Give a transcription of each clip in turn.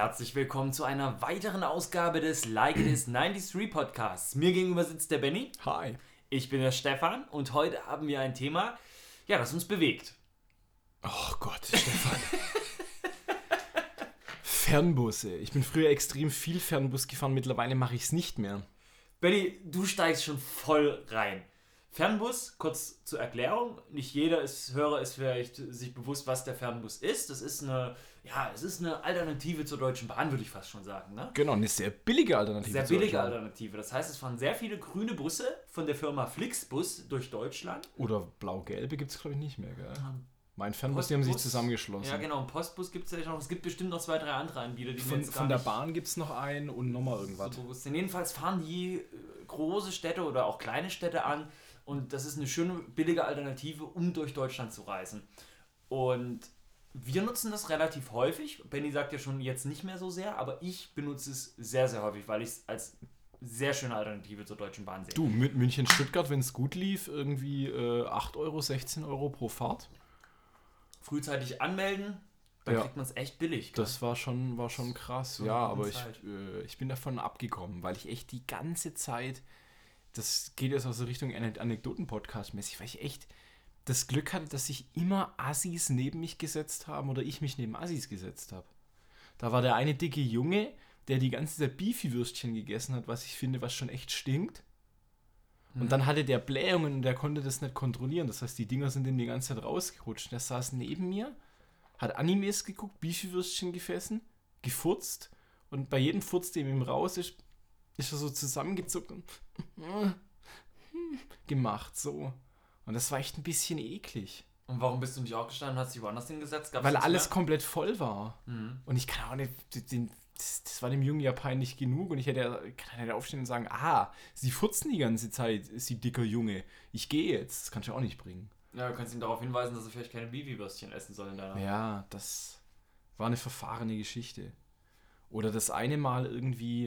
herzlich willkommen zu einer weiteren Ausgabe des Like It Is 93 Podcasts. Mir gegenüber sitzt der Benny. Hi. Ich bin der Stefan und heute haben wir ein Thema, ja, das uns bewegt. Oh Gott, Stefan. Fernbusse. Ich bin früher extrem viel Fernbus gefahren, mittlerweile mache ich es nicht mehr. Benny, du steigst schon voll rein. Fernbus, kurz zur Erklärung, nicht jeder Hörer ist vielleicht sich bewusst, was der Fernbus ist. Das ist eine Alternative zur Deutschen Bahn, würde ich fast schon sagen. Ne? Genau, eine sehr billige Alternative. Sehr billige Alternative. Das heißt, es fahren sehr viele grüne Busse von der Firma Flixbus durch Deutschland. Oder blau-gelbe gibt es, glaube ich, nicht mehr, gell? Mein Fernbus, die haben sich zusammengeschlossen. Ja, genau. Ein Postbus gibt es ja noch. Es gibt bestimmt noch 2, 3 andere Anbieter, die von der Bahn gibt es noch einen und nochmal irgendwas. So jedenfalls fahren die große Städte oder auch kleine Städte an. Und das ist eine schöne, billige Alternative, um durch Deutschland zu reisen. Und wir nutzen das relativ häufig. Benny sagt ja schon jetzt nicht mehr so sehr, aber ich benutze es sehr, sehr häufig, weil ich es als sehr schöne Alternative zur Deutschen Bahn sehe. Du, mit München-Stuttgart, wenn es gut lief, irgendwie 8 Euro, 16 Euro pro Fahrt. Frühzeitig anmelden, dann kriegt man es echt billig. Gell? Das war schon krass. So ja, aber Zeit. ich bin davon abgekommen, weil ich echt die ganze Zeit... Das geht jetzt aus der Richtung Anekdoten-Podcast-mäßig, weil ich echt das Glück hatte, dass sich immer Assis neben mich gesetzt haben oder ich mich neben Assis gesetzt habe. Da war der eine dicke Junge, der die ganze Zeit Beefy-Würstchen gegessen hat, was ich finde, was schon echt stinkt. Und dann hatte der Blähungen und der konnte das nicht kontrollieren. Das heißt, die Dinger sind ihm die ganze Zeit rausgerutscht. Der saß neben mir, hat Animes geguckt, Beefy-Würstchen gefurzt und bei jedem Furz, der ihm raus ist er so zusammengezuckt und gemacht, so. Und das war echt ein bisschen eklig. Und warum bist du nicht aufgestanden und hast dich woanders hingesetzt? Weil alles komplett voll war. Mhm. Und ich kann auch nicht, das war dem Jungen ja peinlich genug und kann ja nicht aufstehen und sagen, sie furzen die ganze Zeit, sie dicker Junge, ich gehe jetzt. Das kannst du auch nicht bringen. Ja, du kannst ihm darauf hinweisen, dass er vielleicht keine Beefy-Würstchen essen soll in deiner... Ja, das war eine verfahrene Geschichte. Oder das eine Mal irgendwie...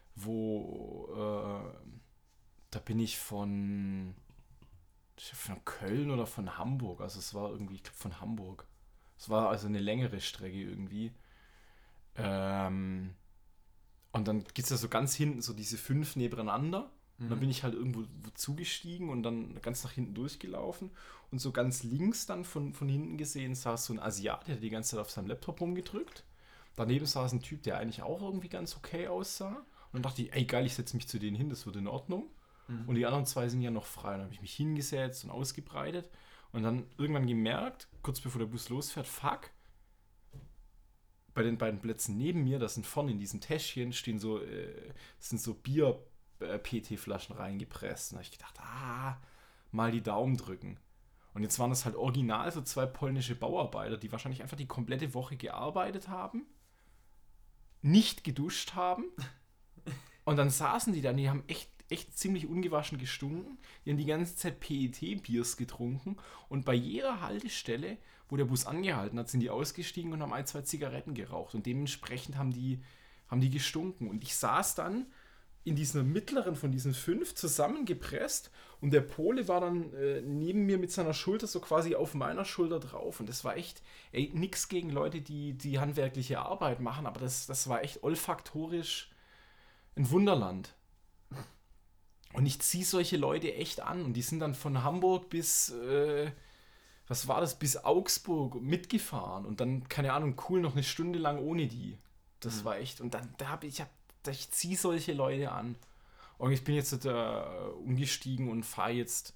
da bin ich von Köln oder von Hamburg, also es war irgendwie, ich glaube von Hamburg. Es war also eine längere Strecke irgendwie. Und dann gibt es ja so ganz hinten so diese 5 nebeneinander. Und dann bin ich halt irgendwo zugestiegen und dann ganz nach hinten durchgelaufen. Und so ganz links dann von hinten gesehen saß so ein Asiat, der hat die ganze Zeit auf seinem Laptop rumgedrückt. Daneben saß ein Typ, der eigentlich auch irgendwie ganz okay aussah. Und dann dachte ich, ey geil, ich setze mich zu denen hin, das wird in Ordnung. Und die anderen 2 sind ja noch frei. Dann habe ich mich hingesetzt und ausgebreitet. Und dann irgendwann gemerkt, kurz bevor der Bus losfährt, fuck, bei den beiden Plätzen neben mir, das sind vorne in diesem Täschchen, sind so Bier-PT-Flaschen reingepresst. Und da habe ich gedacht, mal die Daumen drücken. Und jetzt waren das halt original so 2 polnische Bauarbeiter, die wahrscheinlich einfach die komplette Woche gearbeitet haben, nicht geduscht haben. Und dann saßen die da, die haben echt ziemlich ungewaschen gestunken. Die haben die ganze Zeit PET-Biers getrunken. Und bei jeder Haltestelle, wo der Bus angehalten hat, sind die ausgestiegen und haben 1, 2 Zigaretten geraucht. Und dementsprechend haben die gestunken. Und ich saß dann in dieser mittleren von diesen 5 zusammengepresst. Und der Pole war dann neben mir mit seiner Schulter so quasi auf meiner Schulter drauf. Und das war echt, nix gegen Leute, die handwerkliche Arbeit machen. Aber das war echt olfaktorisch ein Wunderland. Und ich ziehe solche Leute echt an. Und die sind dann von Hamburg bis, bis Augsburg mitgefahren. Und dann, keine Ahnung, cool, noch eine Stunde lang ohne die. Das war echt, und dann, ich ziehe solche Leute an. Und ich bin jetzt umgestiegen und fahre jetzt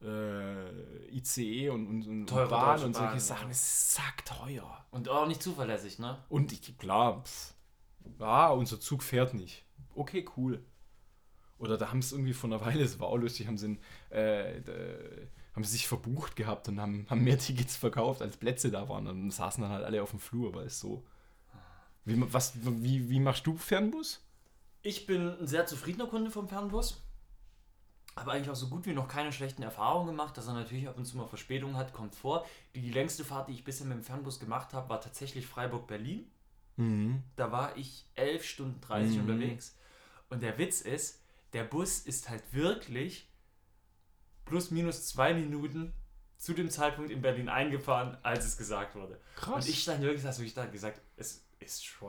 ICE und Bahn und solche Sachen. Es ist sackteuer. Und auch nicht zuverlässig, ne? Und unser Zug fährt nicht. Okay, cool. Oder da haben sie irgendwie vor einer Weile, es war auch lustig, haben sie sich verbucht gehabt und haben mehr Tickets verkauft, als Plätze da waren. Und saßen dann halt alle auf dem Flur, weil es so. Wie machst du Fernbus? Ich bin ein sehr zufriedener Kunde vom Fernbus. Habe eigentlich auch so gut wie noch keine schlechten Erfahrungen gemacht, dass er natürlich ab und zu mal Verspätungen hat, kommt vor. Die längste Fahrt, die ich bisher mit dem Fernbus gemacht habe, war tatsächlich Freiburg-Berlin. Da war ich 11 Stunden 30 unterwegs. Und der Witz ist, der Bus ist halt wirklich plus minus 2 Minuten zu dem Zeitpunkt in Berlin eingefahren, als es gesagt wurde. Krass. Und ich stand wirklich, hast du da gesagt, es ist schon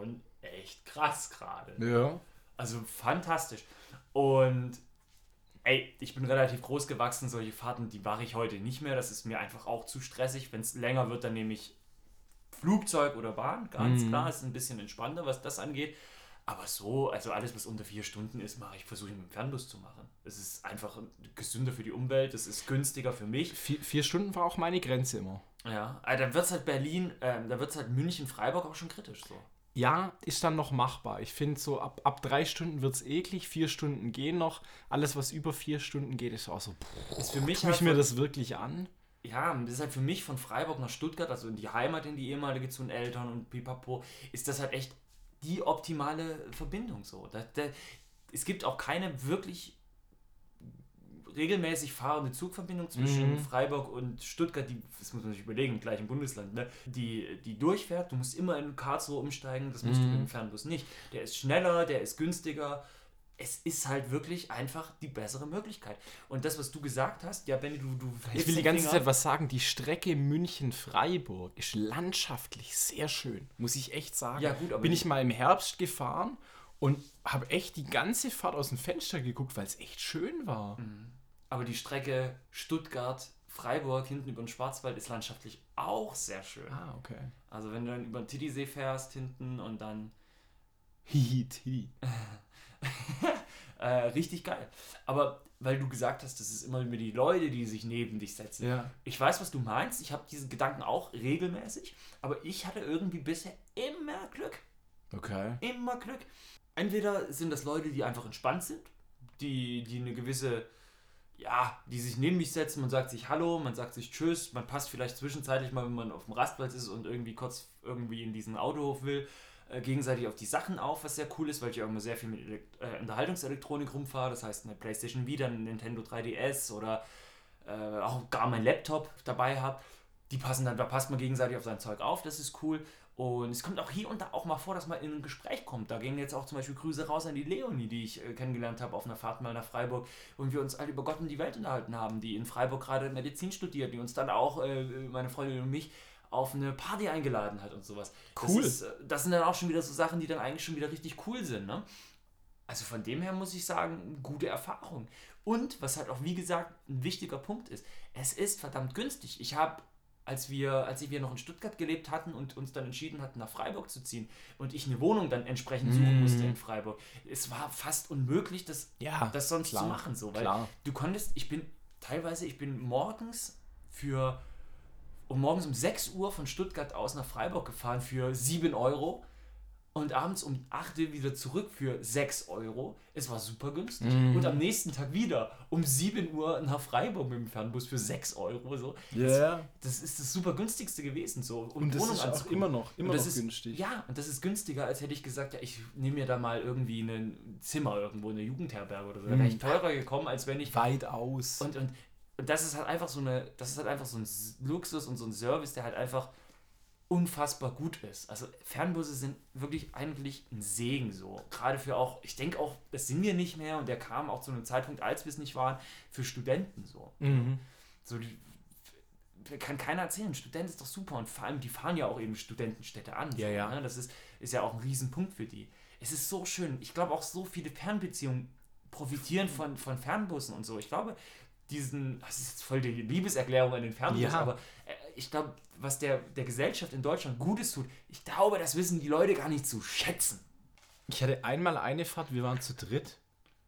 echt krass gerade. Ja. Also fantastisch. Und ey, ich bin relativ groß gewachsen, solche Fahrten, die mache ich heute nicht mehr. Das ist mir einfach auch zu stressig. Wenn es länger wird, dann nehme ich Flugzeug oder Bahn, ganz klar. Ist ein bisschen entspannter, was das angeht. Aber so, also alles, was unter 4 Stunden ist, versuche ich mit dem Fernbus zu machen. Es ist einfach gesünder für die Umwelt, es ist günstiger für mich. 4 Stunden war auch meine Grenze immer. Ja, also dann wird es halt da wird es halt München, Freiburg auch schon kritisch so. Ja, ist dann noch machbar. Ich finde so, ab 3 Stunden wird es eklig, 4 Stunden gehen noch. Alles, was über 4 Stunden geht, ist auch so, Ist für mich tue ich mir das wirklich an? Ja, das ist halt für mich von Freiburg nach Stuttgart, also in die Heimat, in die ehemalige zu den Eltern und pipapo, ist das halt echt die optimale Verbindung so. Es gibt auch keine wirklich regelmäßig fahrende Zugverbindung zwischen Freiburg und Stuttgart, das muss man sich überlegen, im gleichen Bundesland, ne? Die durchfährt. Du musst immer in Karlsruhe umsteigen, das musst du mit dem Fernbus nicht. Der ist schneller, der ist günstiger. Es ist halt wirklich einfach die bessere Möglichkeit. Und das, was du gesagt hast, ja, Benni, du Ich will die ganze Zeit was sagen. Die Strecke München-Freiburg ist landschaftlich sehr schön, muss ich echt sagen. Ja, gut, aber bin ich mal im Herbst gefahren und habe echt die ganze Fahrt aus dem Fenster geguckt, weil es echt schön war. Aber die Strecke Stuttgart-Freiburg hinten über den Schwarzwald ist landschaftlich auch sehr schön. Ah, okay. Also wenn du dann über den Titisee fährst hinten und dann Hihi. richtig geil. Aber weil du gesagt hast, das ist immer über die Leute, die sich neben dich setzen. Ja. Ich weiß, was du meinst. Ich habe diesen Gedanken auch regelmäßig. Aber ich hatte irgendwie bisher immer Glück. Okay. Immer Glück. Entweder sind das Leute, die einfach entspannt sind, die eine gewisse, ja, die sich neben mich setzen, man sagt sich Hallo, man sagt sich Tschüss, man passt vielleicht zwischenzeitlich mal, wenn man auf dem Rastplatz ist und irgendwie kurz irgendwie in diesen Autohof will, gegenseitig auf die Sachen auf, was sehr cool ist, weil ich auch immer sehr viel mit Unterhaltungselektronik rumfahre, das heißt eine PlayStation Vita, ein Nintendo 3DS oder auch gar mein Laptop dabei habe. Da passt man gegenseitig auf sein Zeug auf, das ist cool. Und es kommt auch hier und da auch mal vor, dass man in ein Gespräch kommt. Da gingen jetzt auch zum Beispiel Grüße raus an die Leonie, die ich kennengelernt habe auf einer Fahrt mal nach Freiburg, und wir uns alle über Gott und die Welt unterhalten haben, die in Freiburg gerade Medizin studiert, die uns dann auch, meine Freundin und mich, auf eine Party eingeladen hat und sowas. Cool. Das sind dann auch schon wieder so Sachen, die dann eigentlich schon wieder richtig cool sind, ne? Also von dem her muss ich sagen, gute Erfahrung. Und was halt auch, wie gesagt, ein wichtiger Punkt ist, es ist verdammt günstig. Als wir noch in Stuttgart gelebt hatten und uns dann entschieden hatten, nach Freiburg zu ziehen und ich eine Wohnung dann entsprechend suchen musste in Freiburg, es war fast unmöglich, das sonst zu machen. So, weil du konntest, ich bin morgens um 6 Uhr von Stuttgart aus nach Freiburg gefahren für 7 Euro und abends um 8 Uhr wieder zurück für 6 Euro. Es war super günstig. Und am nächsten Tag wieder um 7 Uhr nach Freiburg mit dem Fernbus für 6 Euro. So. Yeah. Das ist das super günstigste gewesen. So. Und das ist auch immer noch günstig. Ja, und das ist günstiger, als hätte ich gesagt, ja, ich nehme mir da mal irgendwie ein Zimmer irgendwo, eine Jugendherberge oder so. Da wäre ich teurer gekommen, als wenn ich... Weit aus. Und das ist halt einfach so ein Luxus und so ein Service, der halt einfach unfassbar gut ist. Also Fernbusse sind wirklich eigentlich ein Segen so. Gerade für auch, ich denke auch, das sind wir nicht mehr und der kam auch zu einem Zeitpunkt, als wir es nicht waren, für Studenten so. So kann keiner erzählen, Student ist doch super und vor allem, die fahren ja auch eben Studentenstädte an. Ja, so, ja. Ne? Das ist ja auch ein Riesenpunkt für die. Es ist so schön. Ich glaube auch so viele Fernbeziehungen profitieren von Fernbussen und so. Ich glaube, das ist jetzt voll die Liebeserklärung an den Fernbus, aber ich glaube, was der Gesellschaft in Deutschland Gutes tut, ich glaube, das wissen die Leute gar nicht zu schätzen. Ich hatte einmal eine Fahrt, wir waren zu dritt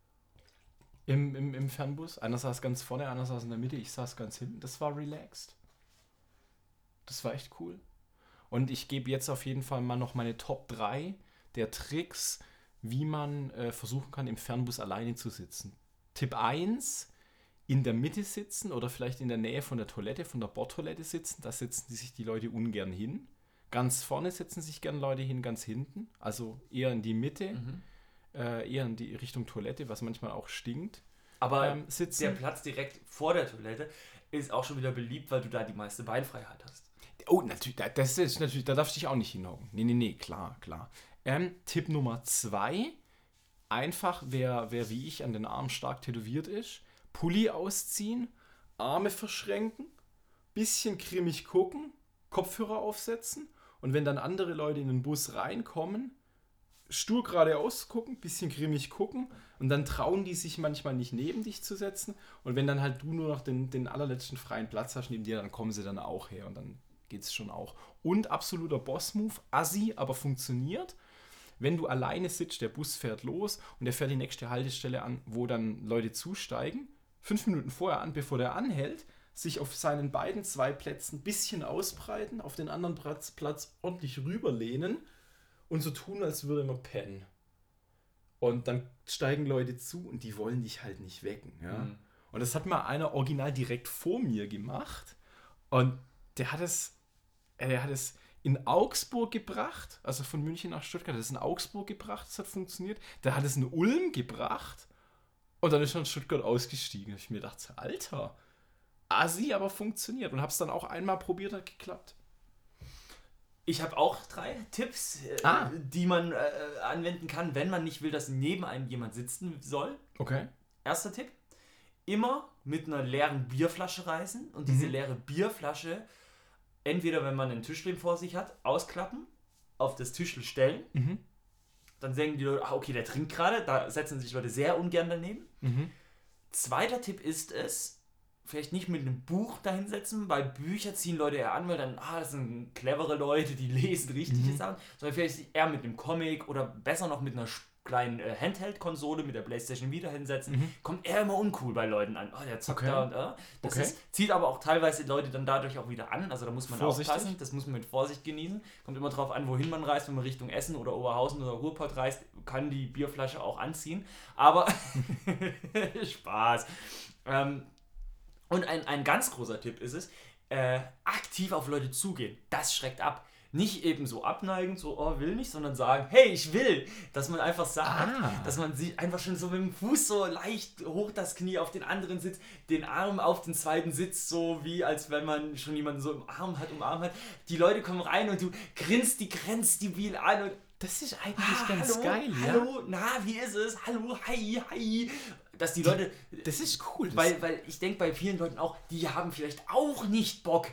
im Fernbus. Einer saß ganz vorne, einer saß in der Mitte, ich saß ganz hinten. Das war relaxed. Das war echt cool. Und ich gebe jetzt auf jeden Fall mal noch meine Top 3 der Tricks, wie man versuchen kann, im Fernbus alleine zu sitzen. Tipp 1: in der Mitte sitzen oder vielleicht in der Nähe von der Toilette, von der Bordtoilette sitzen. Da setzen sich die Leute ungern hin. Ganz vorne setzen sich gern Leute hin, ganz hinten. Also eher in die Mitte, eher in die Richtung Toilette, was manchmal auch stinkt. Aber der Platz direkt vor der Toilette ist auch schon wieder beliebt, weil du da die meiste Beinfreiheit hast. Oh, natürlich, das ist natürlich, da darfst du dich auch nicht hinhocken. Nee, klar. Tipp Nummer 2: einfach, wer wie ich an den Armen stark tätowiert ist, Pulli ausziehen, Arme verschränken, bisschen grimmig gucken, Kopfhörer aufsetzen und wenn dann andere Leute in den Bus reinkommen, stur geradeaus gucken, bisschen grimmig gucken und dann trauen die sich manchmal nicht neben dich zu setzen und wenn dann halt du nur noch den allerletzten freien Platz hast neben dir, dann kommen sie dann auch her und dann geht's schon auch. Und absoluter Boss-Move, assi, aber funktioniert. Wenn du alleine sitzt, der Bus fährt los und der fährt die nächste Haltestelle an, wo dann Leute zusteigen, 5 Minuten vorher an, bevor der anhält, sich auf seinen beiden 2 Plätzen ein bisschen ausbreiten, auf den anderen Platz ordentlich rüberlehnen und so tun, als würde man pennen. Und dann steigen Leute zu und die wollen dich halt nicht wecken. Ja? Mhm. Und das hat mal einer original direkt vor mir gemacht und der hat es in Augsburg gebracht, also von München nach Stuttgart, hat es in Augsburg gebracht, das hat funktioniert. Der hat es in Ulm gebracht und dann ist er in Stuttgart ausgestiegen. Da hab ich mir gedacht, Alter, assi, aber funktioniert. Und habe es dann auch einmal probiert, hat geklappt. Ich habe auch 3 Tipps, die man anwenden kann, wenn man nicht will, dass neben einem jemand sitzen soll. Okay. Erster Tipp, immer mit einer leeren Bierflasche reisen und diese leere Bierflasche entweder, wenn man einen Tischleben vor sich hat, ausklappen, auf das Tischl stellen. Mhm. Dann denken die Leute, okay, der trinkt gerade. Da setzen sich Leute sehr ungern daneben. Mhm. Zweiter Tipp ist es, vielleicht nicht mit einem Buch dahinsetzen, weil Bücher ziehen Leute eher an, weil dann, das sind clevere Leute, die lesen richtige Sachen, sondern vielleicht eher mit einem Comic oder besser noch mit einer kleinen Handheld-Konsole mit der PlayStation Vita hinsetzen, kommt eher immer uncool bei Leuten an. Der zockt da und da. Das zieht aber auch teilweise Leute dann dadurch auch wieder an. Also da muss man aufpassen. Das muss man mit Vorsicht genießen. Kommt immer drauf an, wohin man reist. Wenn man Richtung Essen oder Oberhausen oder Ruhrpott reist, kann die Bierflasche auch anziehen. Aber Spaß. Und ein ganz großer Tipp ist es, aktiv auf Leute zugehen. Das schreckt ab. Nicht eben so abneigend, so, will nicht, sondern sagen, hey, ich will. Dass man einfach sagt, dass man sich einfach schon so mit dem Fuß so leicht hoch das Knie auf den anderen sitzt, den Arm auf den zweiten Sitz, so wie als wenn man schon jemanden so umarmt hat. Die Leute kommen rein und du grinst die grenzdebil an und das ist eigentlich ganz geil, ja? Hallo, na, wie ist es? Hallo, hi. Dass die Leute... Das ist cool. Weil ich denke bei vielen Leuten auch, die haben vielleicht auch nicht Bock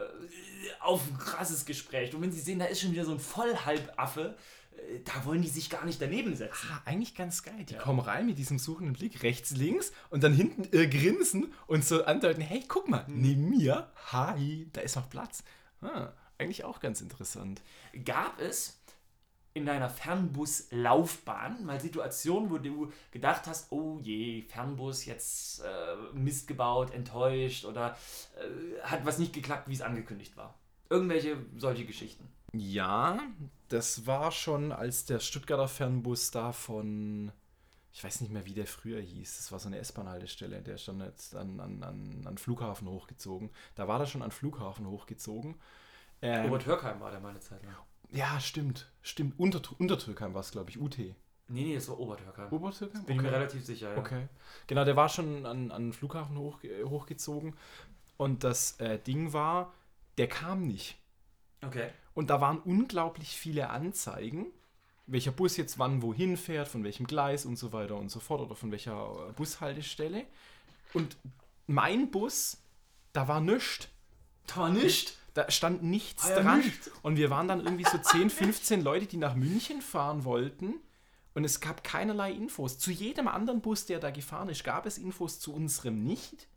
auf ein krasses Gespräch. Und wenn sie sehen, da ist schon wieder so ein Vollhalbaffe, da wollen die sich gar nicht daneben setzen. Eigentlich ganz geil. Die kommen rein mit diesem suchenden Blick, rechts, links und dann hinten grinsen und so andeuten, hey, guck mal, neben mir, hi, da ist noch Platz. Eigentlich auch ganz interessant. Gab es in deiner Fernbuslaufbahn mal Situationen, wo du gedacht hast, oh je, Fernbus, jetzt Mist gebaut, enttäuscht oder hat was nicht geklappt, wie es angekündigt war? Irgendwelche solche Geschichten? Ja, das war schon, als der Stuttgarter Fernbus da von, ich weiß nicht mehr, wie der früher hieß, das war so eine S-Bahn-Haltestelle, der ist dann jetzt an Flughafen hochgezogen. Da war der schon an Flughafen hochgezogen. Obertürkheim war der mal eine Zeit lang. Ja, stimmt. Untertürkheim war es, glaube ich, UT. Nee, das war Obertürkheim. Obertürkheim? Bin ich mir relativ sicher, ja. Okay. Genau, der war schon an den Flughafen hochgezogen. Und das Ding war, der kam nicht. Okay. Und da waren unglaublich viele Anzeigen, welcher Bus jetzt wann wohin fährt, von welchem Gleis und so weiter und so fort oder von welcher Bushaltestelle. Und mein Bus, da war nichts. Da war nichts? Da stand nichts dran. Nicht. Und wir waren dann irgendwie so 10, 15 Leute, die nach München fahren wollten. Und es gab keinerlei Infos. Zu jedem anderen Bus, der da gefahren ist, gab es Infos, zu unserem nicht.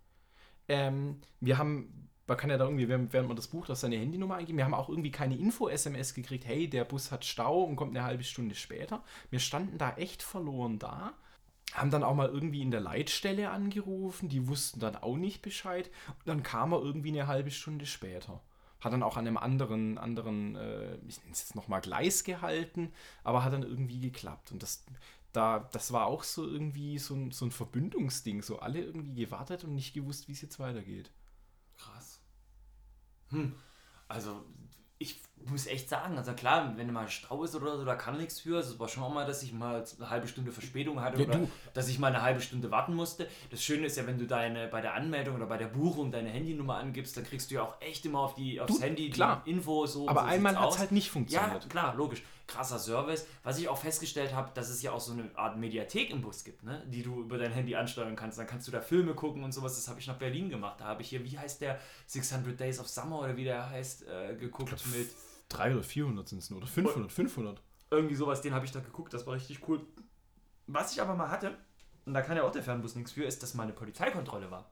Man kann ja da irgendwie, während man das bucht, auf seine Handynummer eingeben. Wir haben auch irgendwie keine Info-SMS gekriegt, hey, der Bus hat Stau und kommt eine halbe Stunde später. Wir standen da echt verloren da. Haben dann auch mal irgendwie in der Leitstelle angerufen, die wussten dann auch nicht Bescheid. Und dann kam er irgendwie eine halbe Stunde später. Hat dann auch an einem anderen ich nenne es jetzt nochmal Gleis gehalten, aber hat dann irgendwie geklappt. Und das war auch so irgendwie so ein Verbündungsding. So alle irgendwie gewartet und nicht gewusst, wie es jetzt weitergeht. Krass. Also ich muss echt sagen, also klar, wenn mal Stau ist oder so, da kann nichts für. Es war schon auch mal, dass ich mal eine halbe Stunde Verspätung hatte oder dass ich mal eine halbe Stunde warten musste. Das Schöne ist ja, wenn du bei der Anmeldung oder bei der Buchung deine Handynummer angibst, dann kriegst du ja auch echt immer aufs Handy klar. Die Info. So. Aber so einmal hat es halt nicht funktioniert. Ja, klar, logisch. Krasser Service. Was ich auch festgestellt habe, dass es ja auch so eine Art Mediathek im Bus gibt, ne? Die du über dein Handy ansteuern kannst. Dann kannst du da Filme gucken und sowas. Das habe ich nach Berlin gemacht. Da habe ich hier, wie heißt der, 600 Days of Summer oder wie der heißt, geguckt mit... 300 oder 400 sind es nur, oder 500. Irgendwie sowas, den habe ich da geguckt, das war richtig cool. Was ich aber mal hatte, und da kann ja auch der Fernbus nichts für, ist, dass mal eine Polizeikontrolle war.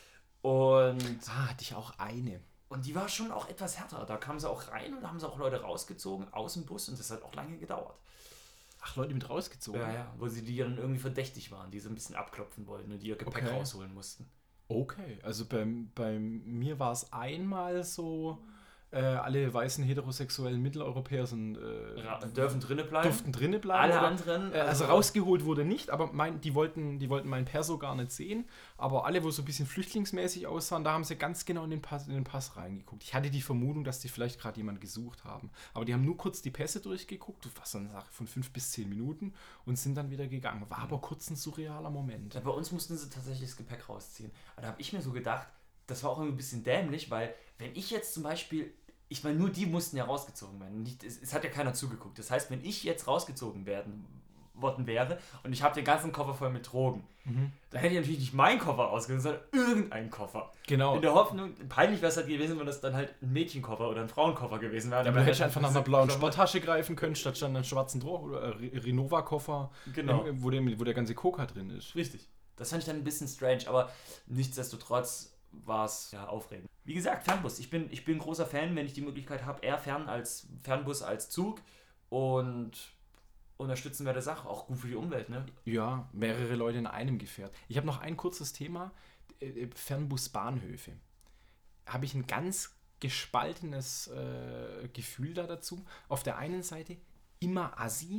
Und Hatte ich auch eine. die war schon auch etwas härter. Da kamen sie auch rein und da haben sie auch Leute rausgezogen aus dem Bus und das hat auch lange gedauert. Ach, Leute mit rausgezogen? Ja, wo sie die dann irgendwie verdächtig waren, die so ein bisschen abklopfen wollten und die ihr Gepäck rausholen mussten. Okay, also bei mir war es einmal so, alle weißen heterosexuellen Mitteleuropäer sind Dürfen drinnen bleiben. durften drinnen bleiben. Alle anderen. Also rausgeholt wurde nicht, aber die wollten mein Perso gar nicht sehen. Aber alle, wo so ein bisschen flüchtlingsmäßig aussahen, da haben sie ganz genau in den Pass reingeguckt. Ich hatte die Vermutung, dass die vielleicht gerade jemanden gesucht haben. Aber die haben nur kurz die Pässe durchgeguckt, das war so eine Sache von 5 bis 10 Minuten und sind dann wieder gegangen. War aber kurz ein surrealer Moment. Ja, bei uns mussten sie tatsächlich das Gepäck rausziehen. Aber da habe ich mir so gedacht, das war auch irgendwie ein bisschen dämlich, weil wenn ich jetzt zum Beispiel, ich meine, nur die mussten ja rausgezogen werden. Es hat ja keiner zugeguckt. Das heißt, wenn ich jetzt rausgezogen worden wäre und ich habe den ganzen Koffer voll mit Drogen, dann hätte ich natürlich nicht meinen Koffer ausgesucht, sondern irgendeinen Koffer. Genau. In der Hoffnung, peinlich wäre es halt gewesen, wenn das dann halt ein Mädchenkoffer oder ein Frauenkoffer gewesen wäre. Ja, aber du hättest einfach nach einer blauen Sporttasche greifen können, statt einen schwarzen oder Renova-Koffer, genau. wo der ganze Coca drin ist. Richtig. Das fand ich dann ein bisschen strange, aber nichtsdestotrotz war es ja aufregend. Wie gesagt, Fernbus. Ich bin ein großer Fan, wenn ich die Möglichkeit habe, eher Fernbus als Zug und unterstützen wir der Sache. Auch gut für die Umwelt, ne? Ja, mehrere Leute in einem Gefährt. Ich habe noch ein kurzes Thema. Fernbusbahnhöfe. Habe ich ein ganz gespaltenes Gefühl da dazu. Auf der einen Seite immer Assi,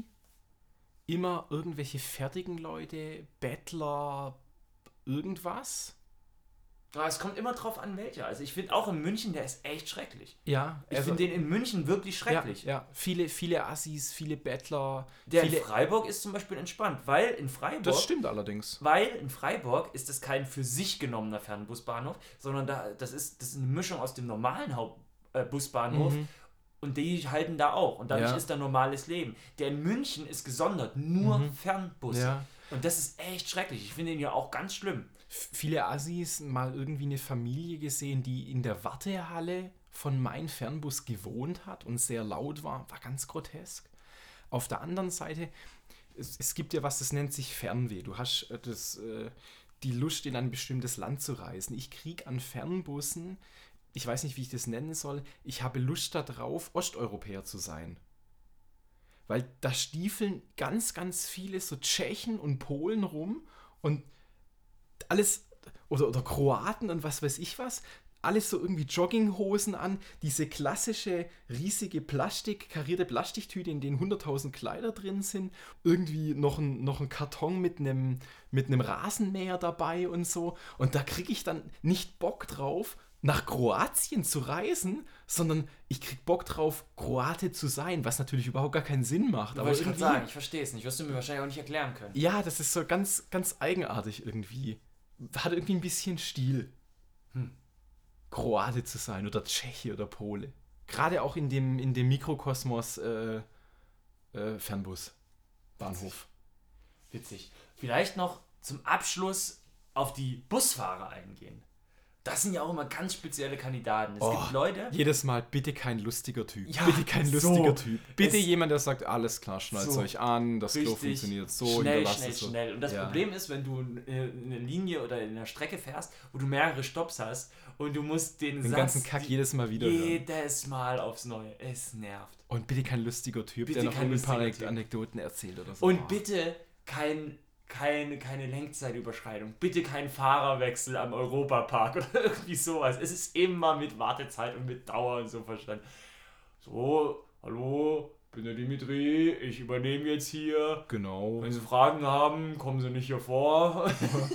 immer irgendwelche fertigen Leute, Bettler, irgendwas. Aber es kommt immer drauf an, welcher. Also ich finde auch in München, der ist echt schrecklich. Ja. Ich finde den in München wirklich schrecklich. Ja. Viele Assis, viele Bettler. Der in Freiburg ist zum Beispiel entspannt, weil in Freiburg... Das stimmt allerdings. Weil in Freiburg ist das kein für sich genommener Fernbusbahnhof, sondern das ist eine Mischung aus dem normalen Hauptbusbahnhof und die halten da auch. Und dadurch ist da normales Leben. Der in München ist gesondert, nur Fernbusse. Ja. Und das ist echt schrecklich. Ich finde ihn ja auch ganz schlimm. Viele Assis mal irgendwie eine Familie gesehen, die in der Wartehalle von Mein Fernbus gewohnt hat und sehr laut war ganz grotesk. Auf der anderen Seite, es gibt ja was, das nennt sich Fernweh. Du hast die Lust, in ein bestimmtes Land zu reisen. Ich kriege an Fernbussen, ich weiß nicht, wie ich das nennen soll, ich habe Lust darauf, Osteuropäer zu sein. Weil da stiefeln ganz, ganz viele so Tschechen und Polen rum und alles, oder Kroaten und was weiß ich was, alles so irgendwie Jogginghosen an, diese klassische riesige karierte Plastiktüte, in denen 100.000 Kleider drin sind, irgendwie noch ein Karton mit einem Rasenmäher dabei und so. Und da kriege ich dann nicht Bock drauf, nach Kroatien zu reisen, sondern ich krieg Bock drauf, Kroate zu sein, was natürlich überhaupt gar keinen Sinn macht. Aber ich kann sagen, ich verstehe es nicht. Wirst du mir wahrscheinlich auch nicht erklären können. Ja, das ist so ganz, ganz eigenartig irgendwie. Hat irgendwie ein bisschen Stil. Kroate zu sein oder Tscheche oder Pole. Gerade auch in dem Mikrokosmos Fernbus. Bahnhof. Witzig. Vielleicht noch zum Abschluss auf die Busfahrer eingehen. Das sind ja auch immer ganz spezielle Kandidaten. Es gibt Leute... Jedes Mal, bitte kein lustiger Typ. Ja, bitte kein lustiger Typ. Bitte Es- jemand, der sagt, alles klar, schnallt euch an, das Klo Richtig, funktioniert so, schnell. so. Und das Problem ist, wenn du eine Linie oder in einer Strecke fährst, wo du mehrere Stops hast und du musst den ganzen Kack jedes Mal wieder hören. jedes Mal aufs Neue. Es nervt. Und bitte kein lustiger Typ, Bitte der noch kein ein paar lustiger Typ. Anekdoten erzählt oder so. Und bitte keine Lenkzeitüberschreitung. Bitte kein Fahrerwechsel am Europapark oder irgendwie sowas. Es ist immer mit Wartezeit und mit Dauer und so verstanden. So, hallo, bin der Dimitri, ich übernehme jetzt hier. Genau. Wenn Sie Fragen haben, kommen Sie nicht hier vor.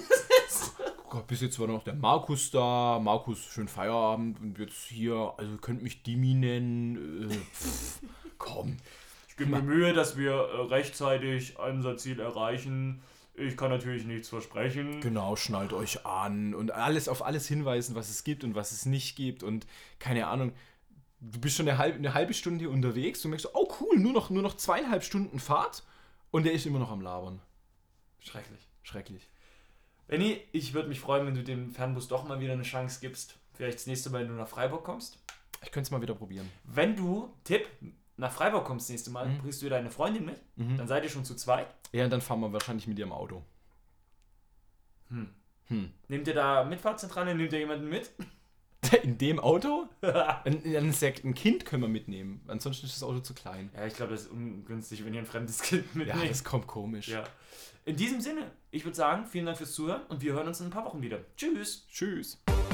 Gott, bis jetzt war noch der Markus da. Markus, schönen Feierabend. Und jetzt hier, also ihr könnt mich Dimi nennen. Komm. Ich gebe mir Mühe, dass wir rechtzeitig unser Ziel erreichen. Ich kann natürlich nichts versprechen. Genau, schnallt euch an und auf alles hinweisen, was es gibt und was es nicht gibt und keine Ahnung. Du bist schon eine halbe Stunde unterwegs und merkst, oh cool, nur noch 2,5 Stunden Fahrt und der ist immer noch am Labern. Schrecklich. Benni, ich würde mich freuen, wenn du dem Fernbus doch mal wieder eine Chance gibst. Vielleicht das nächste Mal, wenn du nach Freiburg kommst. Ich könnte es mal wieder probieren. Wenn du, Tipp, nach Freiburg kommst das nächste Mal, bringst du deine Freundin mit, dann seid ihr schon zu zweit. Ja, und dann fahren wir wahrscheinlich mit ihrem Auto. Nehmt ihr da Mitfahrzentrale, nehmt ihr jemanden mit? In dem Auto? Ein Kind können wir mitnehmen. Ansonsten ist das Auto zu klein. Ja, ich glaube, das ist ungünstig, wenn ihr ein fremdes Kind mitnehmt. Ja, das kommt komisch. Ja. In diesem Sinne, ich würde sagen, vielen Dank fürs Zuhören und wir hören uns in ein paar Wochen wieder. Tschüss. Tschüss.